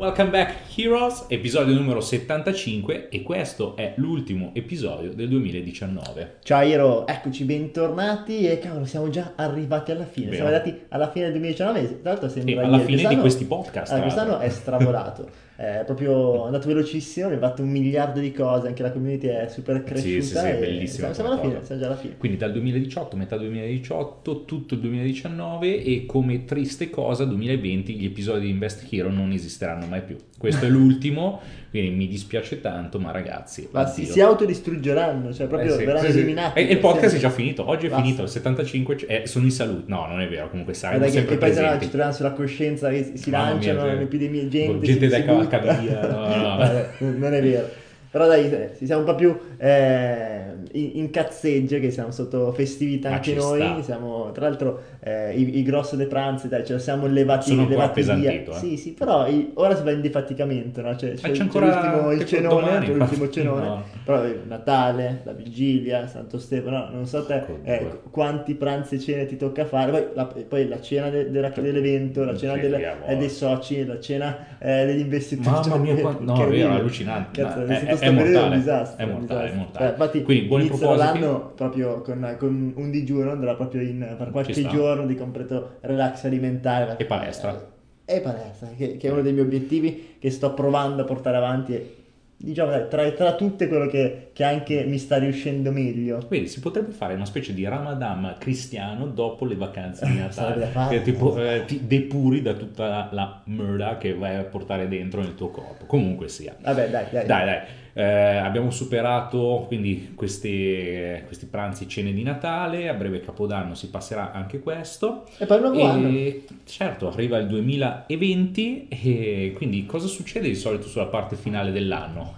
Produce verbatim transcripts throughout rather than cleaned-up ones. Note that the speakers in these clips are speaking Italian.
Welcome back Heroes, episodio numero settantacinque, e questo è l'ultimo episodio del duemiladiciannove. Ciao Hero, eccoci bentornati e cavolo siamo già arrivati alla fine, Vero. siamo arrivati alla fine del duemiladiciannove, tra l'altro sembra E alla ieri. fine di Quest'anno- questi podcast, allora, tra quest'anno l'altro. è stravolato, è proprio andato velocissimo, abbiamo fatto un miliardo di cose, anche la community è super Sì, sì, cresciuta sì, e bellissima siamo, siamo alla come fine, cosa. siamo già alla fine. Quindi dal duemiladiciotto, metà duemiladiciotto, tutto il duemiladiciannove, e come triste cosa duemilaventi gli episodi di Invest Hero non esisteranno mai più. Questo è l'ultimo, quindi mi dispiace tanto, ma ragazzi, Ma si, addio. si autodistruggeranno, cioè proprio Eh sì, verranno sì, sì. eliminati. E e il per podcast è sempre. già finito, oggi è Basta. finito, il settantacinque, c- eh, sono in salute. No, non è vero, comunque saremo Guarda che, sempre che poi se no presenti. ci troviamo sulla coscienza che si Mamma mia, lanciano, gente, un'epidemia, gente, gente si, da si ca- butta. caviglia, no, no, no. Vabbè, non è vero. Però dai, eh, si siamo un po' più eh, in, in cazzeggio, che siamo sotto festività Ma anche ci noi, sta. siamo, tra l'altro eh, i, i grosso dei pranzi, dai, ce lo siamo levati, Sono un po' levati via. appesantito, eh. Sì, sì, però i- ora si va in defaticamento, no? C'è, Ma c'è- c'è c'è ancora l'ultimo, il che cenone, domani, c'è l'ultimo infatti, cenone, no. però eh, Natale, la vigilia, Santo Stefano, no, non so te Porco eh, due. quanti pranzi e cene ti tocca fare, poi la, poi la cena de- della- dell'evento, la cena Sì, delle- sì, a eh, dei voglia. soci, la cena eh, degli investitori. Mamma cioè, mia, è quanto- no, è vero, è incredibile. allucinante. Cazzo, Ma è, è, stato è- sto è periodo è un mortale, disastro, è un mortale, è disastro. mortale. Cioè, infatti Quindi buoni iniziano propositi. l'anno proprio con, con un digiuno, andrà proprio in, per Ci qualche sta. giorno di completo relax alimentare. E palestra. E palestra, che, che è uno dei miei obiettivi che sto provando a portare avanti e diciamo dai, tra, tra tutte quello che, che anche mi sta riuscendo meglio. Vedi, si potrebbe fare una specie di Ramadan cristiano dopo le vacanze di Sarebbe da Natale, fare. che tipo eh, ti depuri da tutta la, la merda che vai a portare dentro nel tuo corpo. Comunque sia. Vabbè, dai, dai. Dai, dai. Eh, abbiamo superato quindi questi, questi pranzi, cene di Natale, a breve Capodanno si passerà anche questo. E poi il nuovo anno. E certo, arriva il duemilaventi, e quindi cosa succede di solito sulla parte finale dell'anno?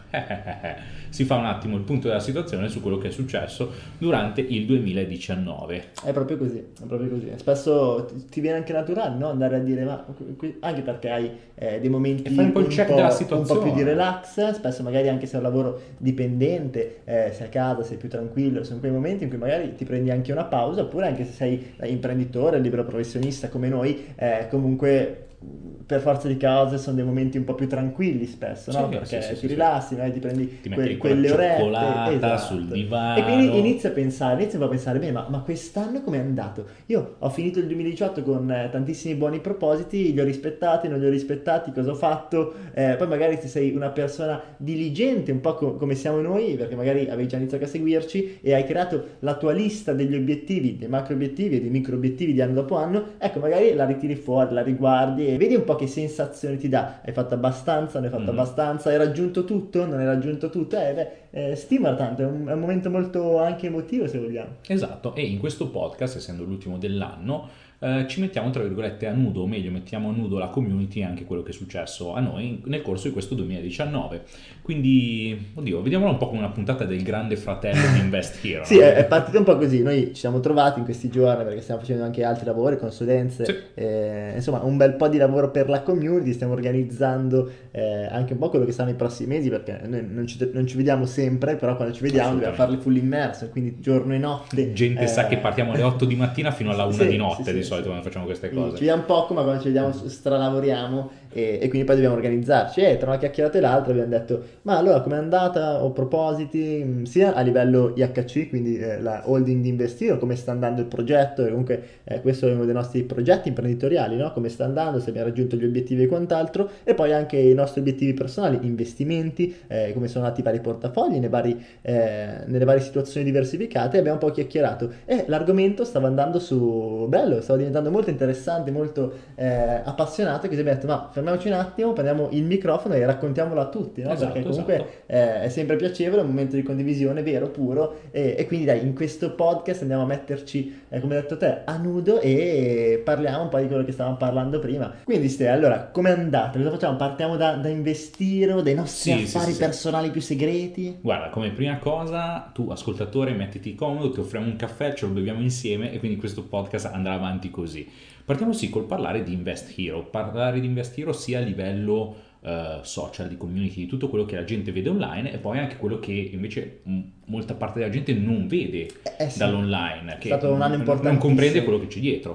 Si fa un attimo il punto della situazione su quello che è successo durante il duemiladiciannove. È proprio così, è proprio così. Spesso ti, ti viene anche naturale, no? Andare a dire, ma qui- qui- anche perché hai eh, dei momenti E fai un po' il check po', della un po' situazione. più di relax, spesso magari anche se è un lavoro dipendente, eh, sei a casa, sei più tranquillo, sono quei momenti in cui magari ti prendi anche una pausa, oppure anche se sei eh, imprenditore, libero professionista come noi, eh, comunque per forza di cose sono dei momenti un po' più tranquilli spesso, no? Sì, Perché sì, sì, ti sì, rilassi, magari ti prendi Ti que- metti con la quelle orette, cioccolata esatto. sul divano. E quindi inizia a pensare, inizia un po' a pensare, bene, ma, ma quest'anno com'è andato? Io ho finito il duemiladiciotto con eh, tantissimi buoni propositi, li ho rispettati, non li ho rispettati, cosa ho fatto? Eh, poi magari se sei una persona diligente, un po' co- come siamo noi, perché magari avevi già iniziato a seguirci e hai creato la tua lista degli obiettivi, dei macro obiettivi e dei micro obiettivi di anno dopo anno, ecco, magari la ritiri fuori, la riguardi e vedi un po' che sensazioni ti dà. Hai fatto abbastanza, non hai fatto Mhm. abbastanza, hai raggiunto tutto, non hai raggiunto tutto, eh, beh, eh, stimola tanto, è un, è un momento molto anche emotivo se vogliamo. Esatto, e in questo podcast, essendo l'ultimo dell'anno, eh, ci mettiamo tra virgolette a nudo, o meglio mettiamo a nudo la community e anche quello che è successo a noi nel corso di questo duemiladiciannove. Quindi, oddio, vediamola un po' come una puntata del grande fratello di Invest Hero. Sì, no? è, è partito un po' così, noi ci siamo trovati in questi giorni perché stiamo facendo anche altri lavori, consulenze, Sì. eh, insomma un bel po' di lavoro per la community, stiamo organizzando eh, anche un po' quello che stanno i prossimi mesi perché noi non ci, non ci vediamo sempre, però quando ci vediamo dobbiamo Assolutamente. farli full immerso, quindi giorno e notte. Gente eh, sa che partiamo alle otto di mattina fino alla una sì, di notte sì, di sì, solito sì. quando facciamo queste Quindi cose. ci vediamo poco, ma quando ci vediamo stralavoriamo e, e quindi poi dobbiamo organizzarci. E tra una chiacchierata e l'altra abbiamo detto, ma allora com'è andata? Ho propositi, mh, sia a livello I H C, quindi eh, la holding di Investiro, come sta andando il progetto, e comunque eh, questo è uno dei nostri progetti imprenditoriali, no? Come sta andando, se abbiamo raggiunto gli obiettivi e quant'altro, e poi anche i nostri obiettivi personali, investimenti, eh, come sono nati i vari portafogli, nei vari, eh, nelle varie situazioni diversificate, abbiamo un po' chiacchierato e l'argomento stava andando su bello, stava diventando molto interessante, molto eh, appassionato, che si è detto ma fermiamoci un attimo, prendiamo il microfono e raccontiamolo a tutti, no? Esatto, Perché comunque esatto. eh, è sempre piacevole, è un momento di condivisione vero, puro e, e quindi dai, in questo podcast andiamo a metterci, eh, come hai detto te, a nudo e parliamo un po' di quello che stavamo parlando prima. Quindi Ste, allora, com'è andata? Cosa facciamo? Partiamo da, da Investiro, dai nostri Sì, sì, affari sì, sì. personali più segreti? Guarda, come prima cosa, tu ascoltatore mettiti comodo, ti offriamo un caffè, ce lo beviamo insieme e quindi questo podcast andrà avanti così. Partiamo sì col parlare di Invest Hero, parlare di Invest Hero sia a livello eh, social, di community, di tutto quello che la gente vede online e poi anche quello che invece m- molta parte della gente non vede Eh, sì. dall'online, che È stato un anno n- non importantissimo. comprende quello che c'è dietro.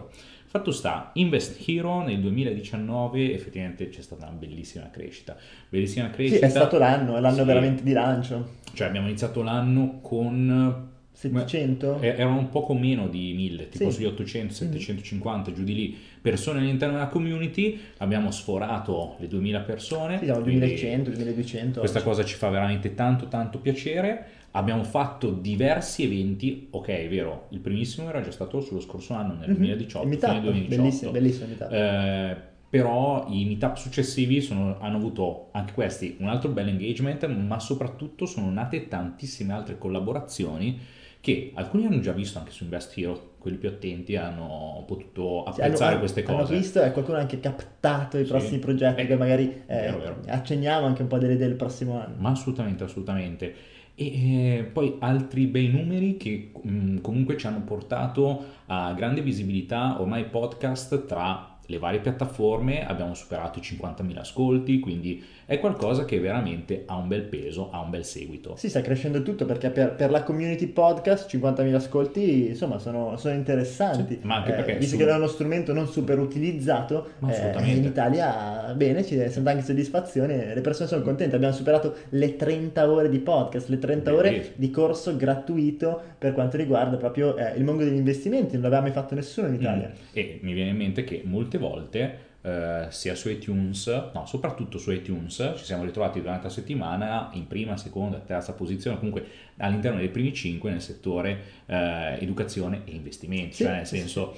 Fatto sta, Invest Hero nel duemiladiciannove effettivamente c'è stata una bellissima crescita. Bellissima Sì, crescita. è stato l'anno, è l'anno Sì. veramente di lancio. Cioè abbiamo iniziato l'anno con... settecento? eh, Erano un poco meno di mille, tipo Sì. sugli ottocento, settecentocinquanta, giù di lì, persone all'interno della community. Abbiamo sforato le duemila persone. Sì, siamo quindi duemilacento, duemiladuecento. questa oggi. cosa ci fa veramente tanto tanto piacere. Abbiamo fatto diversi eventi, ok, è vero, il primissimo era già stato sullo scorso anno, nel Mhm. duemiladiciotto, Il fine meetup, duemiladiciotto. bellissimo, bellissimo il meetup. Eh, però i meetup successivi sono- hanno avuto anche questi un altro bel engagement, ma soprattutto sono nate tantissime altre collaborazioni che alcuni hanno già visto anche su Invest Hero, quelli più attenti hanno potuto Sì, apprezzare hanno, queste hanno cose. visto e qualcuno ha anche captato i Sì. prossimi progetti, Eh, poi magari eh, vero, vero. accenniamo anche un po' delle idee del prossimo anno. Ma assolutamente, assolutamente. E eh, poi altri bei numeri che mh, comunque ci hanno portato a grande visibilità. Ormai podcast tra le varie piattaforme abbiamo superato i cinquantamila ascolti, quindi è qualcosa che veramente ha un bel peso, ha un bel seguito. Sì, sta crescendo tutto perché per, per la community podcast cinquantamila ascolti insomma sono, sono interessanti. Sì, ma anche Eh, perché visto su- che è uno strumento non super utilizzato, Ma eh, assolutamente. in Italia bene, ci sento anche soddisfazione, le persone sono contente, abbiamo superato le trenta ore di podcast, le trenta ore Bellissimo. di corso gratuito per quanto riguarda proprio eh, il mondo degli investimenti, non l'aveva mai fatto nessuno in Italia. Mm. E mi viene in mente che molte volte, eh, sia su iTunes, no, soprattutto su iTunes, ci siamo ritrovati durante la settimana in prima, seconda, terza posizione, comunque all'interno dei primi cinque nel settore eh, educazione e investimenti, Sì, cioè nel sì, sì. senso...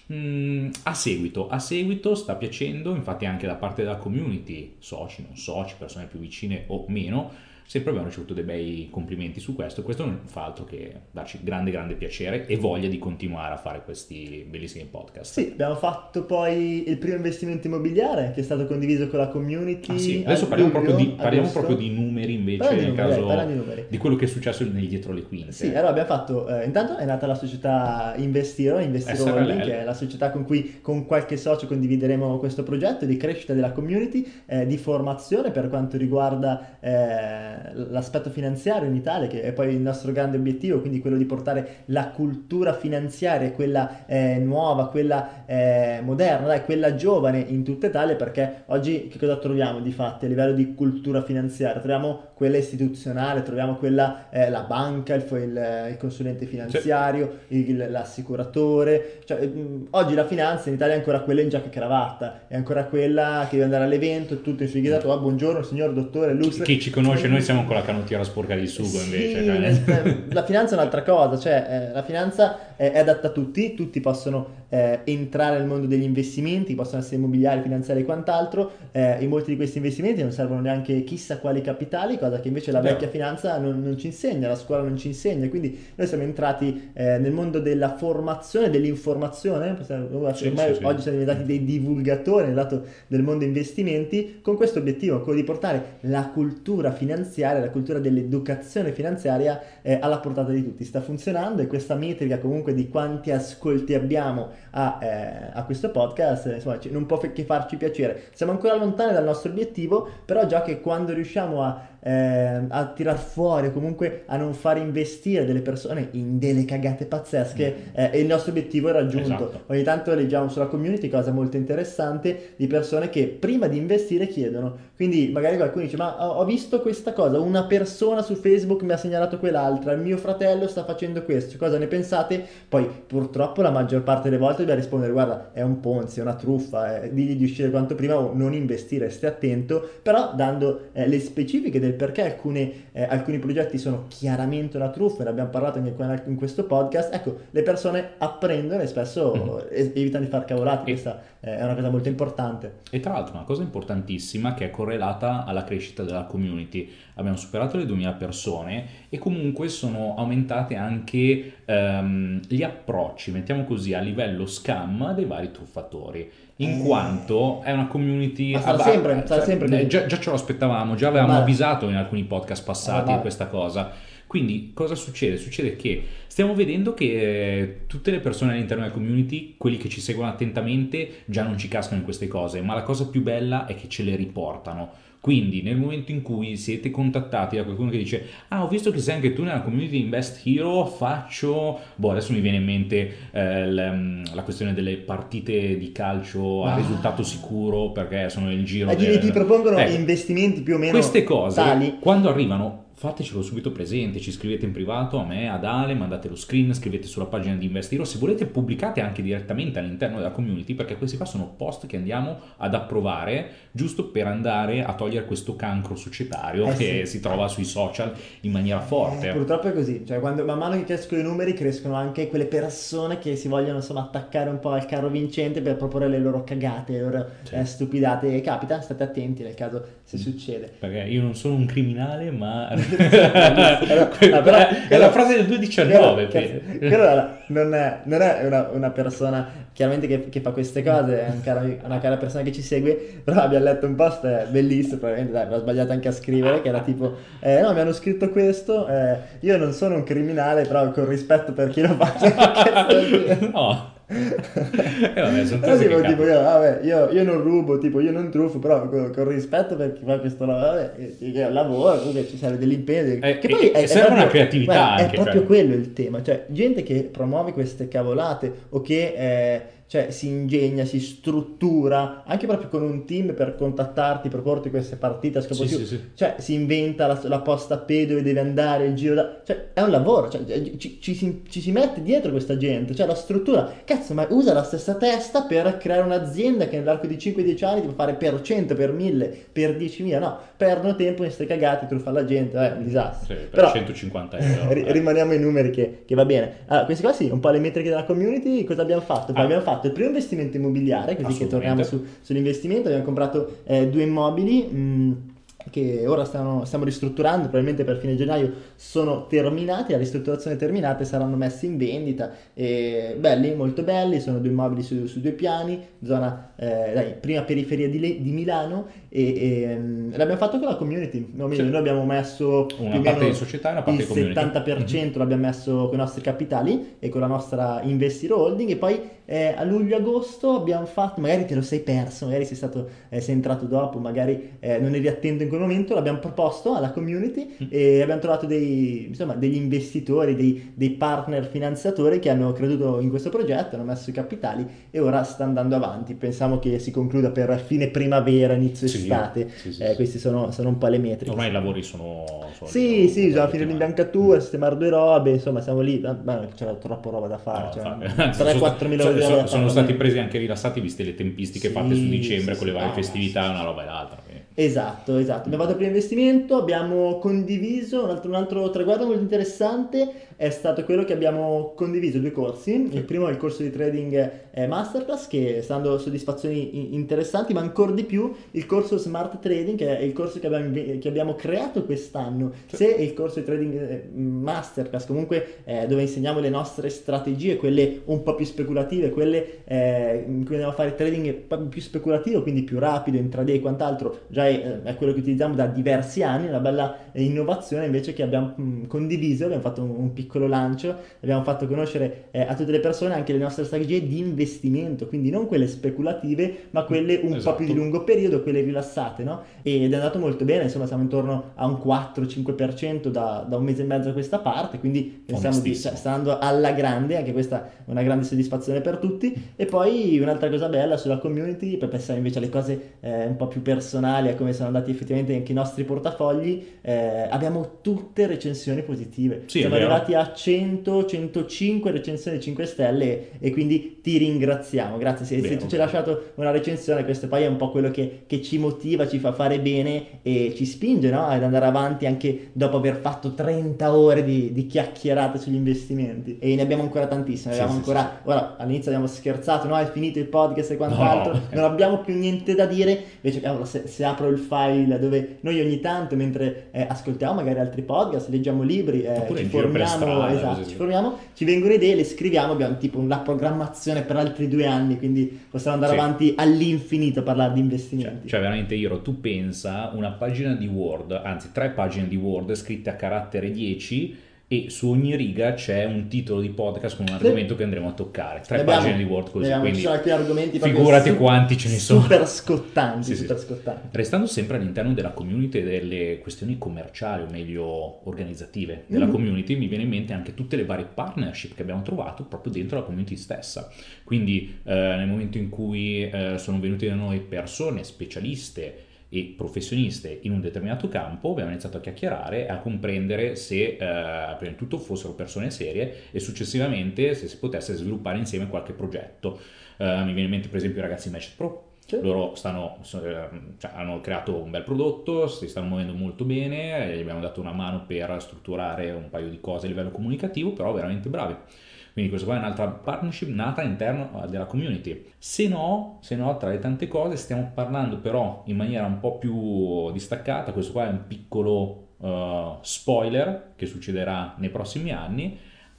mm, a seguito, a seguito sta piacendo, infatti anche da parte della community, soci, non soci, persone più vicine o meno, sempre abbiamo ricevuto dei bei complimenti su questo. Questo non fa altro che darci grande grande piacere e voglia di continuare a fare questi bellissimi podcast. Sì, abbiamo fatto poi il primo investimento immobiliare che è stato condiviso con la community. Ah sì, a adesso parliamo, luglio, proprio di, parliamo agosto. proprio di numeri invece, Parliamo di nel numeri, dai, caso parliamo di numeri. di quello che è successo nel dietro le quinte. Sì, allora abbiamo fatto, eh, intanto è nata la società Investiro, Investiro S R L. Holding, che è la società con cui con qualche socio condivideremo questo progetto di crescita della community, eh, di formazione per quanto riguarda eh, l'aspetto finanziario in Italia, che è poi il nostro grande obiettivo, quindi quello di portare la cultura finanziaria, quella eh, nuova, quella eh, moderna, dai, quella giovane in tutta Italia, perché oggi che cosa troviamo di fatti a livello di cultura finanziaria? Troviamo quella istituzionale, troviamo quella, eh, la banca, il, il, il consulente finanziario, il, l'assicuratore, cioè, mh, oggi la finanza in Italia è ancora quella in giacca e cravatta, è ancora quella che deve andare all'evento, tutto infighidato, ah, buongiorno signor dottore, Chi, lustre. chi ci conosce, noi siamo con la canottiera sporca di sugo invece. Sì, Cioè, eh, la finanza è un'altra cosa, cioè eh, la finanza è, è adatta a tutti, tutti possono eh, entrare nel mondo degli investimenti, possono essere immobiliari, finanziari e quant'altro, eh, e molti di questi investimenti non servono neanche chissà quali capitali, cosa che invece la Vero. vecchia finanza non, non ci insegna, la scuola non ci insegna, quindi noi siamo entrati eh, nel mondo della formazione, dell'informazione, possiamo- ormai Sì, sì, sì. oggi siamo diventati dei divulgatori nel lato del mondo investimenti, con questo obiettivo, quello di portare la cultura finanziaria, la cultura dell'educazione finanziaria eh, alla portata di tutti. Sta funzionando e questa metrica comunque di quanti ascolti abbiamo a, eh, a questo podcast, eh, insomma, non può che farci piacere. Siamo ancora lontani dal nostro obiettivo, però già che quando riusciamo a eh, a tirar fuori o comunque a non far investire delle persone in delle cagate pazzesche eh, e il nostro obiettivo è raggiunto. Esatto. Ogni tanto leggiamo sulla community cosa molto interessante di persone che prima di investire chiedono, quindi magari qualcuno dice ma ho ho visto questa cosa, una persona su Facebook mi ha segnalato quell'altra, il mio fratello sta facendo questo, cosa ne pensate? Poi purtroppo la maggior parte delle volte dobbiamo rispondere guarda è un ponzi, è una truffa, eh, digli di uscire quanto prima o non investire, stai attento, però dando eh, le specifiche del perché alcune, eh, alcuni progetti sono chiaramente una truffa, ne abbiamo parlato anche qua in questo podcast, ecco, le persone apprendono e spesso Mm-hmm. evitano di far cavolate, E- questa eh, è una cosa molto importante. E tra l'altro una cosa importantissima che è correlata alla crescita della community. Abbiamo superato le duemila persone e comunque sono aumentate anche ehm, gli approcci, mettiamo così, a livello scam dei vari truffatori. In Eh. quanto è una community... Ma sarà abba- sempre- sarà sempre così. eh, già, già ce lo aspettavamo, già avevamo Ma- avvisato in alcuni podcast passati Eh, ma- di questa cosa. Quindi cosa succede? Succede che stiamo vedendo che eh, tutte le persone all'interno della community, quelli che ci seguono attentamente, già non ci cascano in queste cose, ma la cosa più bella è che ce le riportano. Quindi nel momento in cui siete contattati da qualcuno che dice ah ho visto che sei anche tu nella community di Invest Hero, faccio, boh adesso mi viene in mente eh, l- la questione delle partite di calcio a Ah. risultato sicuro perché sono il giro Ah, del... ti propongono Ecco, investimenti più o meno queste cose tali. quando arrivano fatecelo subito presente, ci scrivete in privato a me, ad Ale, mandate lo screen, scrivete sulla pagina di Investiro, se volete pubblicate anche direttamente all'interno della community perché questi qua sono post che andiamo ad approvare giusto per andare a togliere questo cancro societario Eh che sì. si trova sui social in maniera Eh, forte. purtroppo è così, cioè quando man mano che crescono i numeri crescono anche quelle persone che si vogliono insomma attaccare un po' al carro vincente per proporre le loro cagate, le loro Sì. eh, stupidate. Capita, state attenti nel caso se succede. Perché io non sono un criminale, ma Però- ah, però- è la frase del duemiladiciannove. Quello, cazzo, quello era- non è, non è una, una persona chiaramente che, che fa queste cose, è un cara- una cara persona che ci segue, però abbiamo letto un post eh, bellissimo, probabilmente dai, l'ho sbagliato anche a scrivere, che era tipo, eh, no, mi hanno scritto questo, eh, io non sono un criminale, però con rispetto per chi lo fa. No. Eh, vabbè, sono Però cose tipo, che tipo capitano. io, vabbè, io, io non rubo, tipo io non truffo, però con, con rispetto per chi fa questo lavoro, vabbè, che, che è un lavoro, comunque ci serve dell'impegno. Eh, che e- poi e serve una creatività guarda, anche, è proprio cioè. quello il tema, cioè gente che promuove queste cavolate o che eh, cioè, si ingegna, si struttura, anche proprio con un team per contattarti, proporti queste partite a scopo Sì, più, sì, sì. cioè si inventa la, la posta P dove deve andare, il giro da... cioè è un lavoro, cioè, ci, ci si, ci si mette dietro questa gente, cioè la struttura, cazzo, ma usa la stessa testa per creare un'azienda che nell'arco di cinque dieci anni ti può fare per cento, per mille, per diecimila, no, perdono tempo in ste cagate, truffano la gente, è un disastro. Sì, per Però centocinquanta euro. ri- eh. rimaniamo ai numeri che, che va bene. Allora, questi qua sì, un po' le metriche della community, cosa abbiamo fatto? Poi Ah. abbiamo fatto il primo investimento immobiliare, così che torniamo Assolutamente. su- sull'investimento, abbiamo comprato eh, due immobili. mh, che ora stanno- stiamo ristrutturando, probabilmente per fine gennaio sono terminati, la ristrutturazione è terminata e saranno messi in vendita. E belli, molto belli, sono due immobili su, su due piani, zona, eh, dai, prima periferia di, Le- di Milano e, e, mm, l'abbiamo fatto con la community, no, Sì. noi abbiamo messo Una più o parte meno di società e una parte il di community. settanta per cento l'abbiamo messo con i nostri capitali e con la nostra Investiro Holding e poi eh, a luglio-agosto abbiamo fatto, magari te lo sei perso, magari sei stato, eh, sei entrato dopo, magari eh, non eri attento in quel momento, l'abbiamo proposto alla community Mm. e abbiamo trovato dei, insomma, degli investitori, dei, dei partner finanziatori che hanno creduto in questo progetto, hanno messo i capitali e ora sta andando avanti. Pensiamo che si concluda per fine primavera, inizio Sì, estate. sì, sì, Eh, sì. questi sono, sono un po' le metriche. Ormai i lavori sono... sono Sì, lì, sì, un bisogna po' finire di l'imbiancatura, sistemare due robe, insomma, siamo lì. Beh, c'era troppo roba da fare, No, cioè, infatti, anzi, tre sono, quattro mila sono- euro sono- da sono fare. stati presi anche rilassati viste le tempistiche Sì, fatte su dicembre sì, con le sì, varie no, festività, sì, una sì. roba e l'altra. quindi- Esatto, esatto. Abbiamo fatto il primo investimento, abbiamo condiviso, un altro, un altro traguardo molto interessante è stato quello che abbiamo condiviso due corsi. Il primo è il corso di trading eh, Masterclass che sta dando soddisfazioni i- interessanti, ma ancora di più il corso Smart Trading che è il corso che abbiamo, inve- che abbiamo creato quest'anno. Se il corso di trading eh, Masterclass comunque eh, dove insegniamo le nostre strategie, quelle un po' più speculative, quelle eh, in cui andiamo a fare trading un po' più speculativo, quindi più rapido, intraday e quant'altro, già è, è quello che utilizziamo da diversi anni, una bella eh, innovazione invece che abbiamo mh, condiviso, abbiamo fatto un, un piccolo lancio, abbiamo fatto conoscere eh, a tutte le persone anche le nostre strategie di investimento, quindi non quelle speculative, ma quelle un Esatto. po' più di lungo periodo, quelle rilassate, no? Ed è andato molto bene, insomma siamo intorno a un quattro-cinque per cento da, da un mese e mezzo a questa parte, quindi pensiamo di Onestissimo. cioè, sta andando alla grande, anche questa è una grande soddisfazione per tutti. E poi un'altra cosa bella sulla community, per pensare invece alle cose eh, un po' più personali, a come sono andati effettivamente anche i nostri portafogli, eh, abbiamo tutte recensioni positive. Sì, è Siamo vero. arrivati a cento centocinque recensioni cinque stelle e quindi ti ringraziamo. Grazie, se, se Vero, tu ci hai vero. lasciato una recensione, questo poi è un po' quello che, che ci motiva, ci fa fare bene e ci spinge, no? Ad andare avanti anche dopo aver fatto trenta ore di, di chiacchierate sugli investimenti. E ne abbiamo ancora tantissime, Sì, abbiamo sì, ancora, ora all'inizio abbiamo scherzato, no? È finito il podcast e quant'altro, No. non abbiamo più niente da dire, invece cavolo, se, se apro il file dove noi ogni tanto mentre eh, ascoltiamo magari altri podcast, leggiamo libri, eh, Oppure ci in giro per formiamo, strada, esatto, così. ci formiamo, ci vengono idee, le scriviamo, abbiamo tipo una programmazione per altri due anni, quindi possiamo andare Sì. avanti all'infinito a parlare di Cioè, investimenti. cioè veramente Iro, tu pensa una pagina di Word, anzi tre pagine di Word scritte a carattere dieci e su ogni riga c'è un titolo di podcast con un argomento che andremo a toccare, tre abbiamo, pagine di Word così, abbiamo, quindi ci sono alcuni argomenti figurati su, quanti ce ne sono. Super scottanti, sì, super sì. scottanti. Restando sempre all'interno della community delle questioni commerciali, o meglio organizzative della Mm-hmm. community, mi viene in mente anche tutte le varie partnership che abbiamo trovato proprio dentro la community stessa. Quindi eh, nel momento in cui eh, sono venute da noi persone specialiste e professioniste in un determinato campo, abbiamo iniziato a chiacchierare e a comprendere se eh, prima di tutto fossero persone serie e successivamente se si potesse sviluppare insieme qualche progetto. Uh, mi viene in mente per esempio i ragazzi Match Pro. Sì. Loro stanno, cioè, hanno creato un bel prodotto, si stanno muovendo molto bene, gli abbiamo dato una mano per strutturare un paio di cose a livello comunicativo, però veramente bravi. Quindi questa qua è un'altra partnership nata all'interno della community. Se no, se no, tra le tante cose stiamo parlando però in maniera un po' più distaccata, questo qua è un piccolo uh, spoiler che succederà nei prossimi anni,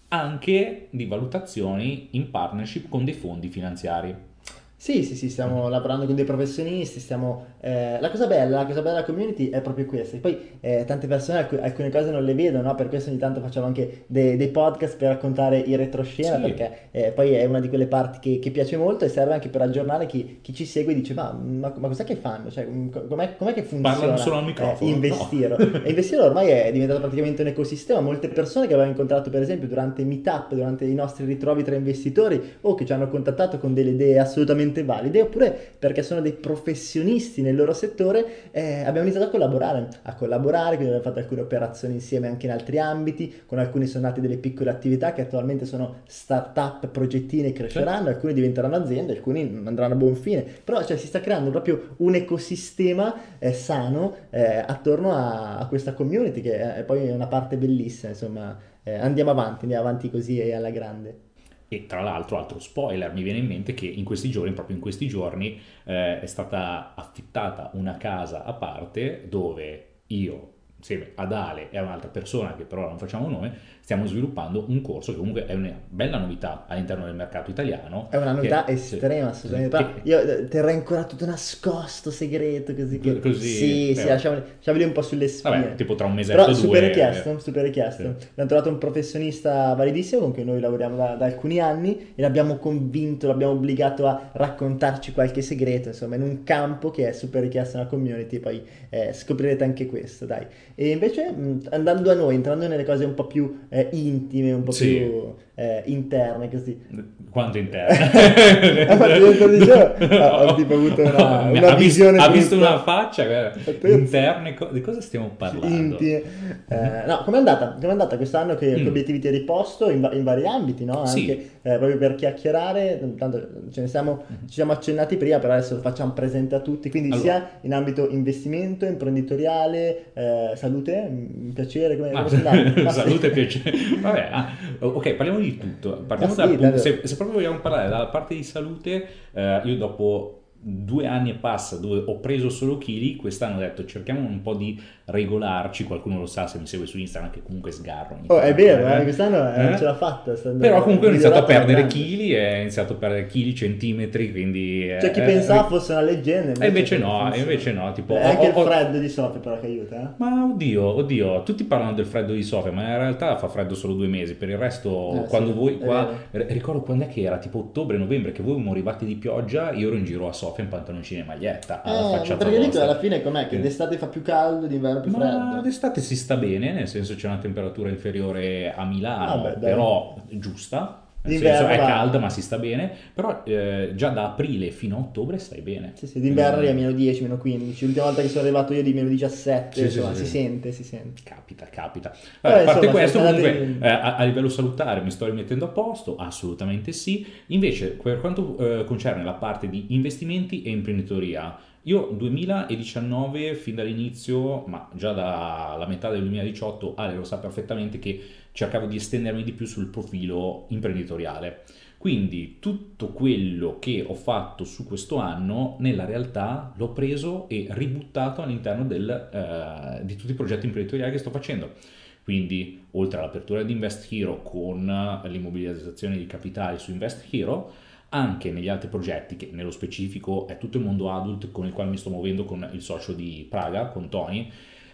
anche di valutazioni in partnership con dei fondi finanziari. Sì, sì, sì, stiamo lavorando con dei professionisti, stiamo... Eh, la cosa bella, la cosa bella della community è proprio questa. E poi eh, tante persone alc- alcune cose non le vedono, no? Per questo ogni tanto facciamo anche dei, dei podcast per raccontare in retroscena, sì. perché eh, poi è una di quelle parti che, che piace molto e serve anche per aggiornare chi, chi ci segue e dice ma, ma, ma cos'è che fanno? Cioè, com'è, com'è che funziona? Parlano solo al microfono. Eh, Investiro. No. E Investiro ormai è diventato praticamente un ecosistema. Molte persone che abbiamo incontrato per esempio durante i meetup, durante i nostri ritrovi tra investitori o che ci hanno contattato con delle idee assolutamente valide oppure perché sono dei professionisti nel loro settore, eh, abbiamo iniziato a collaborare a collaborare, quindi abbiamo fatto alcune operazioni insieme anche in altri ambiti, con alcuni sono nate delle piccole attività che attualmente sono start-up, progettine e cresceranno, certo. Alcuni diventeranno aziende, alcuni andranno a buon fine, però cioè, si sta creando proprio un ecosistema eh, sano eh, attorno a, a questa community che è, è poi una parte bellissima, insomma, eh, andiamo avanti, andiamo avanti così e alla grande. E tra l'altro, altro spoiler, mi viene in mente che in questi giorni, proprio in questi giorni, eh, è stata affittata una casa a parte dove io, insieme ad Ale e a un'altra persona che però non facciamo nome, stiamo sviluppando un corso che comunque è una bella novità all'interno del mercato italiano. È una novità che, estrema, sì, assolutamente. Però che, io terrei ancora tutto nascosto, segreto, così che... così, sì, eh, sì, lasciamoli, lasciamoli un po' sulle spine. Vabbè, tipo tra un mesetto Però o super due... richiesto, super richiesto. Sì. Abbiamo trovato un professionista validissimo con cui noi lavoriamo da, da alcuni anni e l'abbiamo convinto, l'abbiamo obbligato a raccontarci qualche segreto, insomma, in un campo che è super richiesto nella community, poi eh, scoprirete anche questo, dai. E invece mh, andando a noi, entrando nelle cose un po' più eh, intime, un po' Sì. più eh, interne, così. Quanto interne? Infatti io te lo dicevo, ho tipo avuto una, una ha visione visto, ha visto brutta. una faccia interne, co- di cosa stiamo parlando? Intime. Eh, no, com'è andata? Com'è andata quest'anno? Che, Mm. che obiettivi ti hai riposto in, va- in vari ambiti, no? Sì. Anche eh, proprio per chiacchierare, tanto ce ne siamo, ci siamo accennati prima, però adesso lo facciamo presente a tutti, quindi Allora. sia in ambito investimento, imprenditoriale, eh, salute, mm, piacere, come, Ah, come sei andato? Ma salute e sì. piacere. Vabbè, ah, ok, parliamo di tutto. Partiamo Ah, sì, dal punto- dai. se, se proprio vogliamo parlare dalla parte di salute, eh, io dopo due anni e passa dove ho preso solo chili, quest'anno ho detto cerchiamo un po' di regolarci, qualcuno lo sa se mi segue su Instagram che comunque sgarro ogni Oh, è tanto, vero, eh. eh, quest'anno eh, non Eh? ce l'ha fatta. sta andando- Però comunque ho iniziato a migliorato alla perdere grande. chili e ho iniziato a perdere chili, centimetri, quindi... Cioè chi eh, pensava eh, fosse una leggenda E invece proprio no, funziona. invece no, tipo... È anche ho- il ho- freddo di Sofia però che aiuta, eh? Ma oddio, oddio, tutti parlano del freddo di Sofia, ma in realtà fa freddo solo due mesi. Per il resto, Eh, quando sì, voi è qua, vero. r- ricordo quando è che era, tipo ottobre, novembre, che voi morivate di pioggia, io ero in giro a Sofia in pantaloncini e maglietta, alla Eh, facciata perché lì vostra. alla fine com'è? Che Sì. d'estate fa più caldo, d'inverno più Ma freddo. d'estate si sta bene, nel senso c'è una temperatura inferiore a Milano, Vabbè, dai. però giusta. Nel D'inverno senso è va- calda ma si sta bene, però eh, già da aprile fino a ottobre stai bene. Sì, sì, d'inverno Quindi- è meno dieci, meno quindici. L'ultima volta che sono arrivato io di meno diciassette, Sì, sì, insomma, sì, si sì. sente, si sente. Capita, capita. Vabbè, Vabbè, a parte insomma, questo, siamo comunque, andati- eh, a, a livello salutare mi sto rimettendo a posto? Assolutamente sì. Invece, per quanto eh, concerne la parte di investimenti e imprenditoria, io duemiladiciannove, fin dall'inizio, ma già dalla metà del duemiladiciotto, Ale lo sa perfettamente che cercavo di estendermi di più sul profilo imprenditoriale. Quindi tutto quello che ho fatto su questo anno, nella realtà l'ho preso e ributtato all'interno del, eh, di tutti i progetti imprenditoriali che sto facendo. Quindi, oltre all'apertura di Invest Hero con l'immobilizzazione di capitali su Invest Hero, anche negli altri progetti, che nello specifico è tutto il mondo adult con il quale mi sto muovendo con il socio di Praga, con Tony,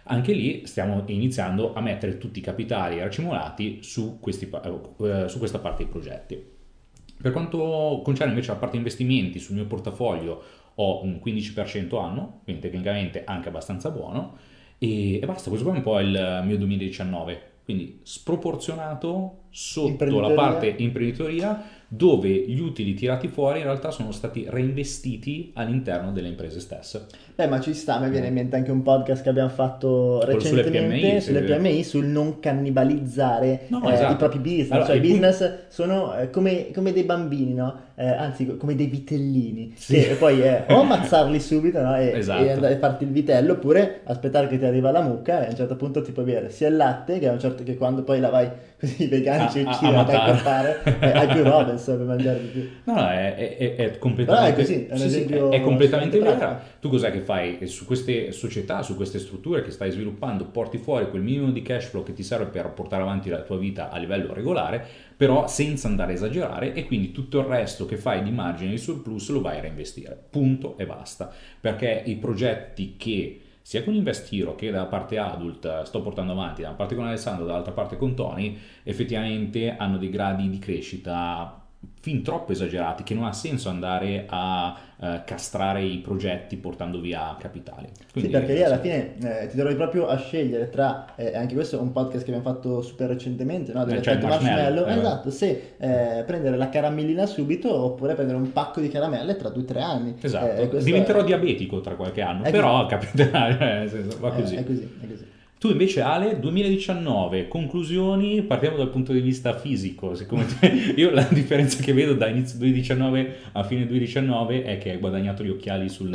Anche lì stiamo iniziando a mettere tutti i capitali racimolati su, questi, eh, su questa parte dei progetti. Per quanto concerne invece la parte investimenti, sul mio portafoglio ho un quindici per cento anno, quindi tecnicamente anche abbastanza buono, e, e basta, questo qua è un po' il mio duemiladiciannove, quindi sproporzionato sotto la parte imprenditoria, dove gli utili tirati fuori in realtà sono stati reinvestiti all'interno delle imprese stesse. Beh, ma ci sta, mi viene in mente anche un podcast che abbiamo fatto Quello sulle recentemente P M I, sulle sì. P M I, sul non cannibalizzare No, eh, esatto. i propri business. Allora, cioè i il punto- business sono eh, come, come dei bambini, no? Eh, anzi, co- come dei vitellini. Sì. Che poi eh, o ammazzarli subito, no? E, Esatto. e andare a farti il vitello, oppure aspettare che ti arriva la mucca e a un certo punto ti puoi bere sia il latte, che a un certo che quando poi la vai così i vegani A- ci a- a uccidono, vai a matare. accorpare, eh, hai più roba, insomma, per mangiare di più. No, no, è, è- è- è completamente, Però è così, è un sì, sì, esempio è- è completamente assolutamente vera. pratico. Tu cos'è che fai? E su queste società, su queste strutture che stai sviluppando, porti fuori quel minimo di cash flow che ti serve per portare avanti la tua vita a livello regolare, però senza andare a esagerare, e quindi tutto il resto che fai di margine di surplus lo vai a reinvestire. Punto e basta. Perché i progetti che sia con Invest Hero che dalla parte adult sto portando avanti, da una parte con Alessandro, dall'altra parte con Tony, effettivamente hanno dei gradi di crescita fin troppo esagerati, che non ha senso andare a eh, castrare i progetti portando via capitali. Quindi, Sì, perché lì alla sì. fine eh, ti trovi proprio a scegliere tra, eh, anche questo è un podcast che abbiamo fatto super recentemente, no? Eh, cioè il Dell'effetto marshmallow, marshmallow, eh. esatto, se eh, prendere la caramellina subito oppure prendere un pacco di caramelle tra due o tre anni. Esatto, Eh, questo diventerò è- diabetico tra qualche anno, è però capiterà, cioè, nel senso, va Eh, così. è così, è così. Tu invece Ale, duemiladiciannove, conclusioni, partiamo dal punto di vista fisico, siccome te- io la differenza che vedo da inizio duemiladiciannove a fine duemiladiciannove è che hai guadagnato gli occhiali sul...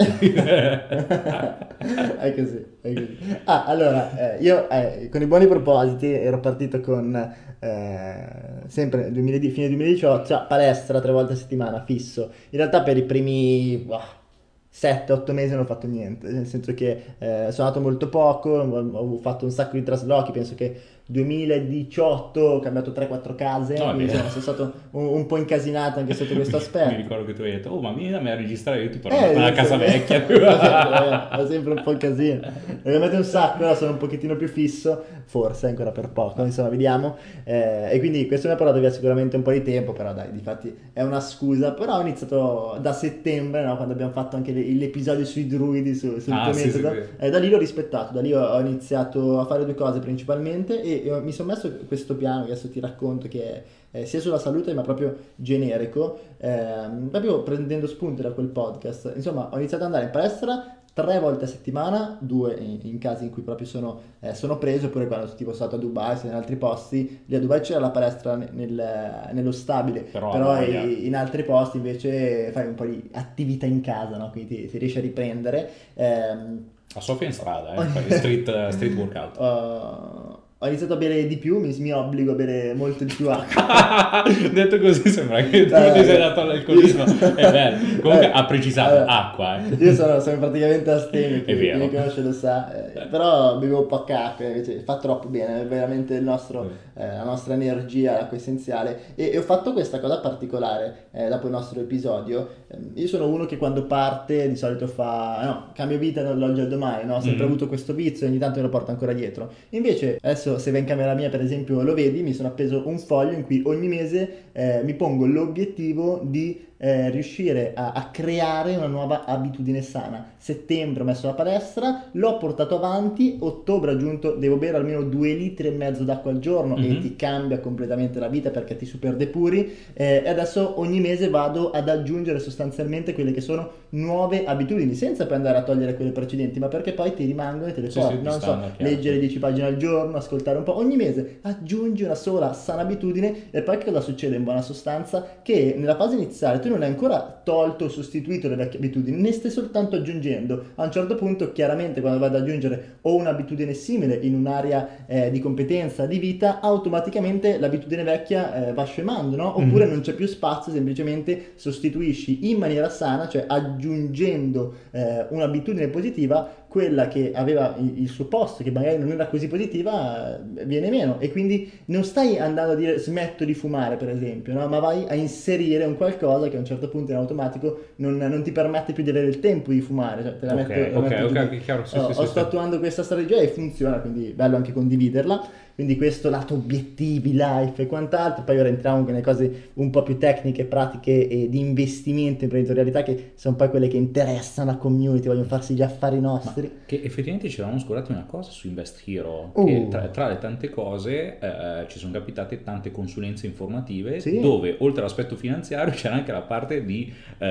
È così, è così. Ah, allora, eh, io eh, con i buoni propositi ero partito con eh, sempre nel duemila fine duemiladiciotto, cioè, palestra tre volte a settimana, fisso. In realtà per i primi sette otto mesi non ho fatto niente, nel senso che eh, sono andato molto poco, ho, ho fatto un sacco di traslochi, penso che duemiladiciotto ho cambiato tre quattro case, No, è quindi vero. insomma, sono stato un, un po' incasinato anche sotto questo Mi aspetto. ricordo che tu hai detto, oh ma vieni da me a registrare, io ti porto Eh, alla sì, casa sì. vecchia. È sempre un po' un casino. Ovviamente un sacco, ora sono un pochettino più fisso, forse ancora per poco, insomma, vediamo. Eh, e quindi questo mi ha portato via sicuramente un po' di tempo, però dai, difatti è una scusa. Però ho iniziato da settembre, no, quando abbiamo fatto anche le- l'episodio sui druidi, su- sul Ah, tuo sì, sì, metodo. sì. Eh, da lì l'ho rispettato, da lì ho, ho iniziato a fare due cose principalmente e, e ho- mi sono messo questo piano che adesso ti racconto che è eh, sia sulla salute ma proprio generico, ehm, proprio prendendo spunti da quel podcast. Insomma, ho iniziato ad andare in palestra tre volte a settimana, due in, in casi in cui proprio sono, eh, sono preso, oppure quando tipo sono stato a Dubai, se in altri posti. Lì a Dubai c'era la palestra ne- nel- nello stabile, Però, però no, i- in altri posti invece fai un po' di attività in casa, no? Quindi ti, ti riesci a riprendere. Ehm, A Sofia in strada, eh, fai street, street workout. ho, ho iniziato a bere di più, mi, mi obbligo a bere molto di più acqua. Detto così sembra che tu Eh, ti sei dato all'alcolismo. È bello. Comunque Eh, ha precisato, eh, acqua. Eh. Io sono, sono praticamente astemio, chi, È chi vero. mi conosce lo sa, eh, però bevo poca acqua, invece fa troppo bene, è veramente il nostro, eh, la nostra energia, l'acqua essenziale. E, e ho fatto questa cosa particolare eh, dopo il nostro episodio. Eh, io sono uno che quando parte di solito fa, no, cambio vita dall'oggi al domani, no? Ho sempre Mhm. avuto questo vizio e ogni tanto me lo porto ancora dietro. Invece adesso se vai in camera mia per esempio lo vedi, mi sono appeso un foglio in cui ogni mese eh, mi pongo l'obiettivo di eh, riuscire a, a creare una nuova abitudine sana. Settembre ho messo la palestra, l'ho portato avanti, ottobre ho aggiunto devo bere almeno due litri e mezzo d'acqua al giorno e Mhm. ti cambia completamente la vita perché ti super depuri, eh, e adesso ogni mese vado ad aggiungere sostanzialmente quelle che sono nuove abitudini senza poi andare a togliere quelle precedenti, ma perché poi ti rimangono e te le Sì, porti. sì, ti non so, stanno, chiaro. leggere dieci pagine al giorno, ascoltare un po', ogni mese aggiungi una sola sana abitudine e poi che cosa succede in buona sostanza? Che nella fase iniziale tu non hai ancora tolto o sostituito le vecchie abitudini, ne stai soltanto aggiungendo. A un certo punto chiaramente quando vai ad aggiungere o un'abitudine simile in un'area eh, di competenza, di vita, automaticamente l'abitudine vecchia eh, va scemando, no? Oppure Mhm. non c'è più spazio, semplicemente sostituisci in maniera sana, cioè aggiungendo eh, un'abitudine positiva quella che aveva il, il suo posto, che magari non era così positiva, eh, viene meno. E quindi non stai andando a dire smetto di fumare, per esempio, no? Ma vai a inserire un qualcosa che a un certo punto in automatico non, non ti permette più di avere il tempo di fumare. Cioè, te la Ok, metto, la ok, metto giù ok, lì. chiaro, sì, Oh, sì, ho sì, sto sì. attuando questa strategia e funziona, quindi bello anche condividerla. Quindi questo lato obiettivi, life e quant'altro. Poi ora entriamo nelle cose un po' più tecniche, pratiche e di investimento, imprenditorialità, che sono poi quelle che interessano la community, vogliono farsi gli affari Ma nostri. che effettivamente ci eravamo scordati una cosa su Invest Hero, che Uh, tra, tra le tante cose eh, ci sono capitate tante consulenze informative sì, dove oltre all'aspetto finanziario c'era anche la parte di,